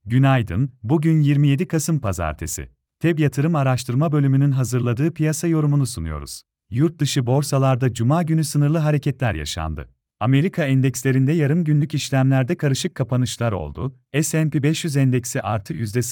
Günaydın, bugün 27 Kasım Pazartesi. TEB Yatırım Araştırma Bölümünün hazırladığı piyasa yorumunu sunuyoruz. Yurt dışı borsalarda Cuma günü sınırlı hareketler yaşandı. Amerika endekslerinde yarım günlük işlemlerde karışık kapanışlar oldu. S&P 500 endeksi artı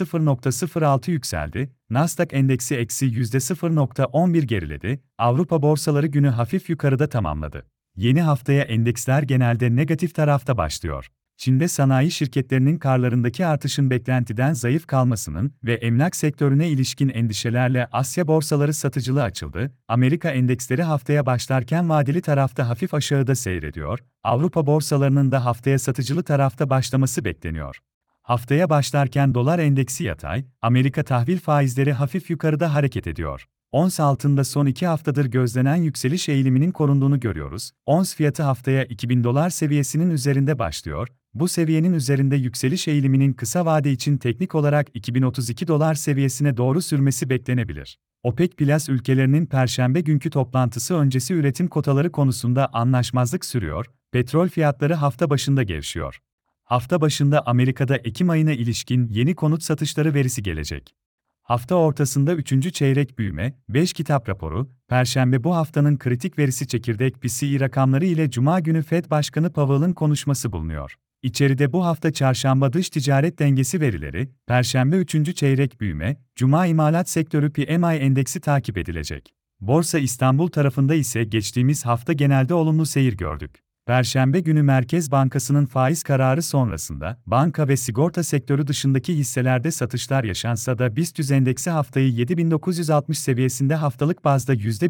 %0,06 yükseldi, Nasdaq endeksi eksi %0,11 geriledi, Avrupa borsaları günü hafif yukarıda tamamladı. Yeni haftaya endeksler genelde negatif tarafta başlıyor. Çin'de sanayi şirketlerinin karlarındaki artışın beklentiden zayıf kalmasının ve emlak sektörüne ilişkin endişelerle Asya borsaları satıcılı açıldı. Amerika endeksleri haftaya başlarken vadeli tarafta hafif aşağıda seyrediyor. Avrupa borsalarının da haftaya satıcılı tarafta başlaması bekleniyor. Haftaya başlarken dolar endeksi yatay, Amerika tahvil faizleri hafif yukarıda hareket ediyor. Ons altında son 2 haftadır gözlenen yükseliş eğiliminin korunduğunu görüyoruz. Ons fiyatı haftaya 2000 dolar seviyesinin üzerinde başlıyor. Bu seviyenin üzerinde yükseliş eğiliminin kısa vade için teknik olarak 2032 dolar seviyesine doğru sürmesi beklenebilir. OPEC+ ülkelerinin Perşembe günkü toplantısı öncesi üretim kotaları konusunda anlaşmazlık sürüyor, petrol fiyatları hafta başında gevşiyor. Hafta başında Amerika'da Ekim ayına ilişkin yeni konut satışları verisi gelecek. Hafta ortasında 3. çeyrek büyüme, 5 kitap raporu, Perşembe bu haftanın kritik verisi çekirdek PCE rakamları ile Cuma günü Fed Başkanı Powell'ın konuşması bulunuyor. İçeride bu hafta çarşamba dış ticaret dengesi verileri, Perşembe 3. çeyrek büyüme, Cuma imalat sektörü PMI endeksi takip edilecek. Borsa İstanbul tarafında ise geçtiğimiz hafta genelde olumlu seyir gördük. Perşembe günü Merkez Bankası'nın faiz kararı sonrasında, banka ve sigorta sektörü dışındaki hisselerde satışlar yaşansa da BIST endeksi haftayı 7960 seviyesinde haftalık bazda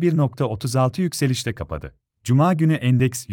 %1,36 yükselişle kapadı. Cuma günü endeks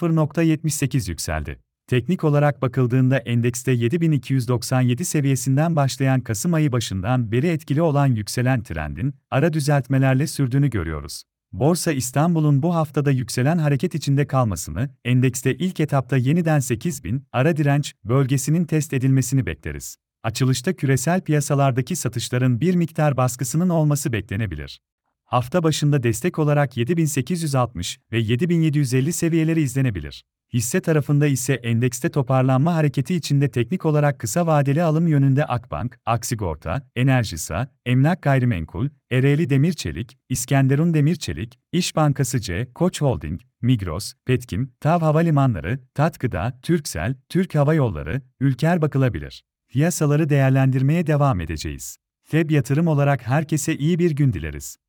%0,78 yükseldi. Teknik olarak bakıldığında endekste 7297 seviyesinden başlayan Kasım ayı başından beri etkili olan yükselen trendin, ara düzeltmelerle sürdüğünü görüyoruz. Borsa İstanbul'un bu haftada yükselen hareket içinde kalmasını, endekste ilk etapta yeniden 8000 ara direnç bölgesinin test edilmesini bekleriz. Açılışta küresel piyasalardaki satışların bir miktar baskısının olması beklenebilir. Hafta başında destek olarak 7860 ve 7750 seviyeleri izlenebilir. Hisse tarafında ise endekste toparlanma hareketi içinde teknik olarak kısa vadeli alım yönünde Akbank, Aksigorta, Enerjisa, Emlak Gayrimenkul, Ereğli Demirçelik, İskenderun Demirçelik, İş Bankası C, Koç Holding, Migros, Petkim, TAV Havalimanları, Tatgıda, Turkcell, Türk Hava Yolları, Ülker bakılabilir. Piyasaları değerlendirmeye devam edeceğiz. TEB Yatırım olarak herkese iyi bir gün dileriz.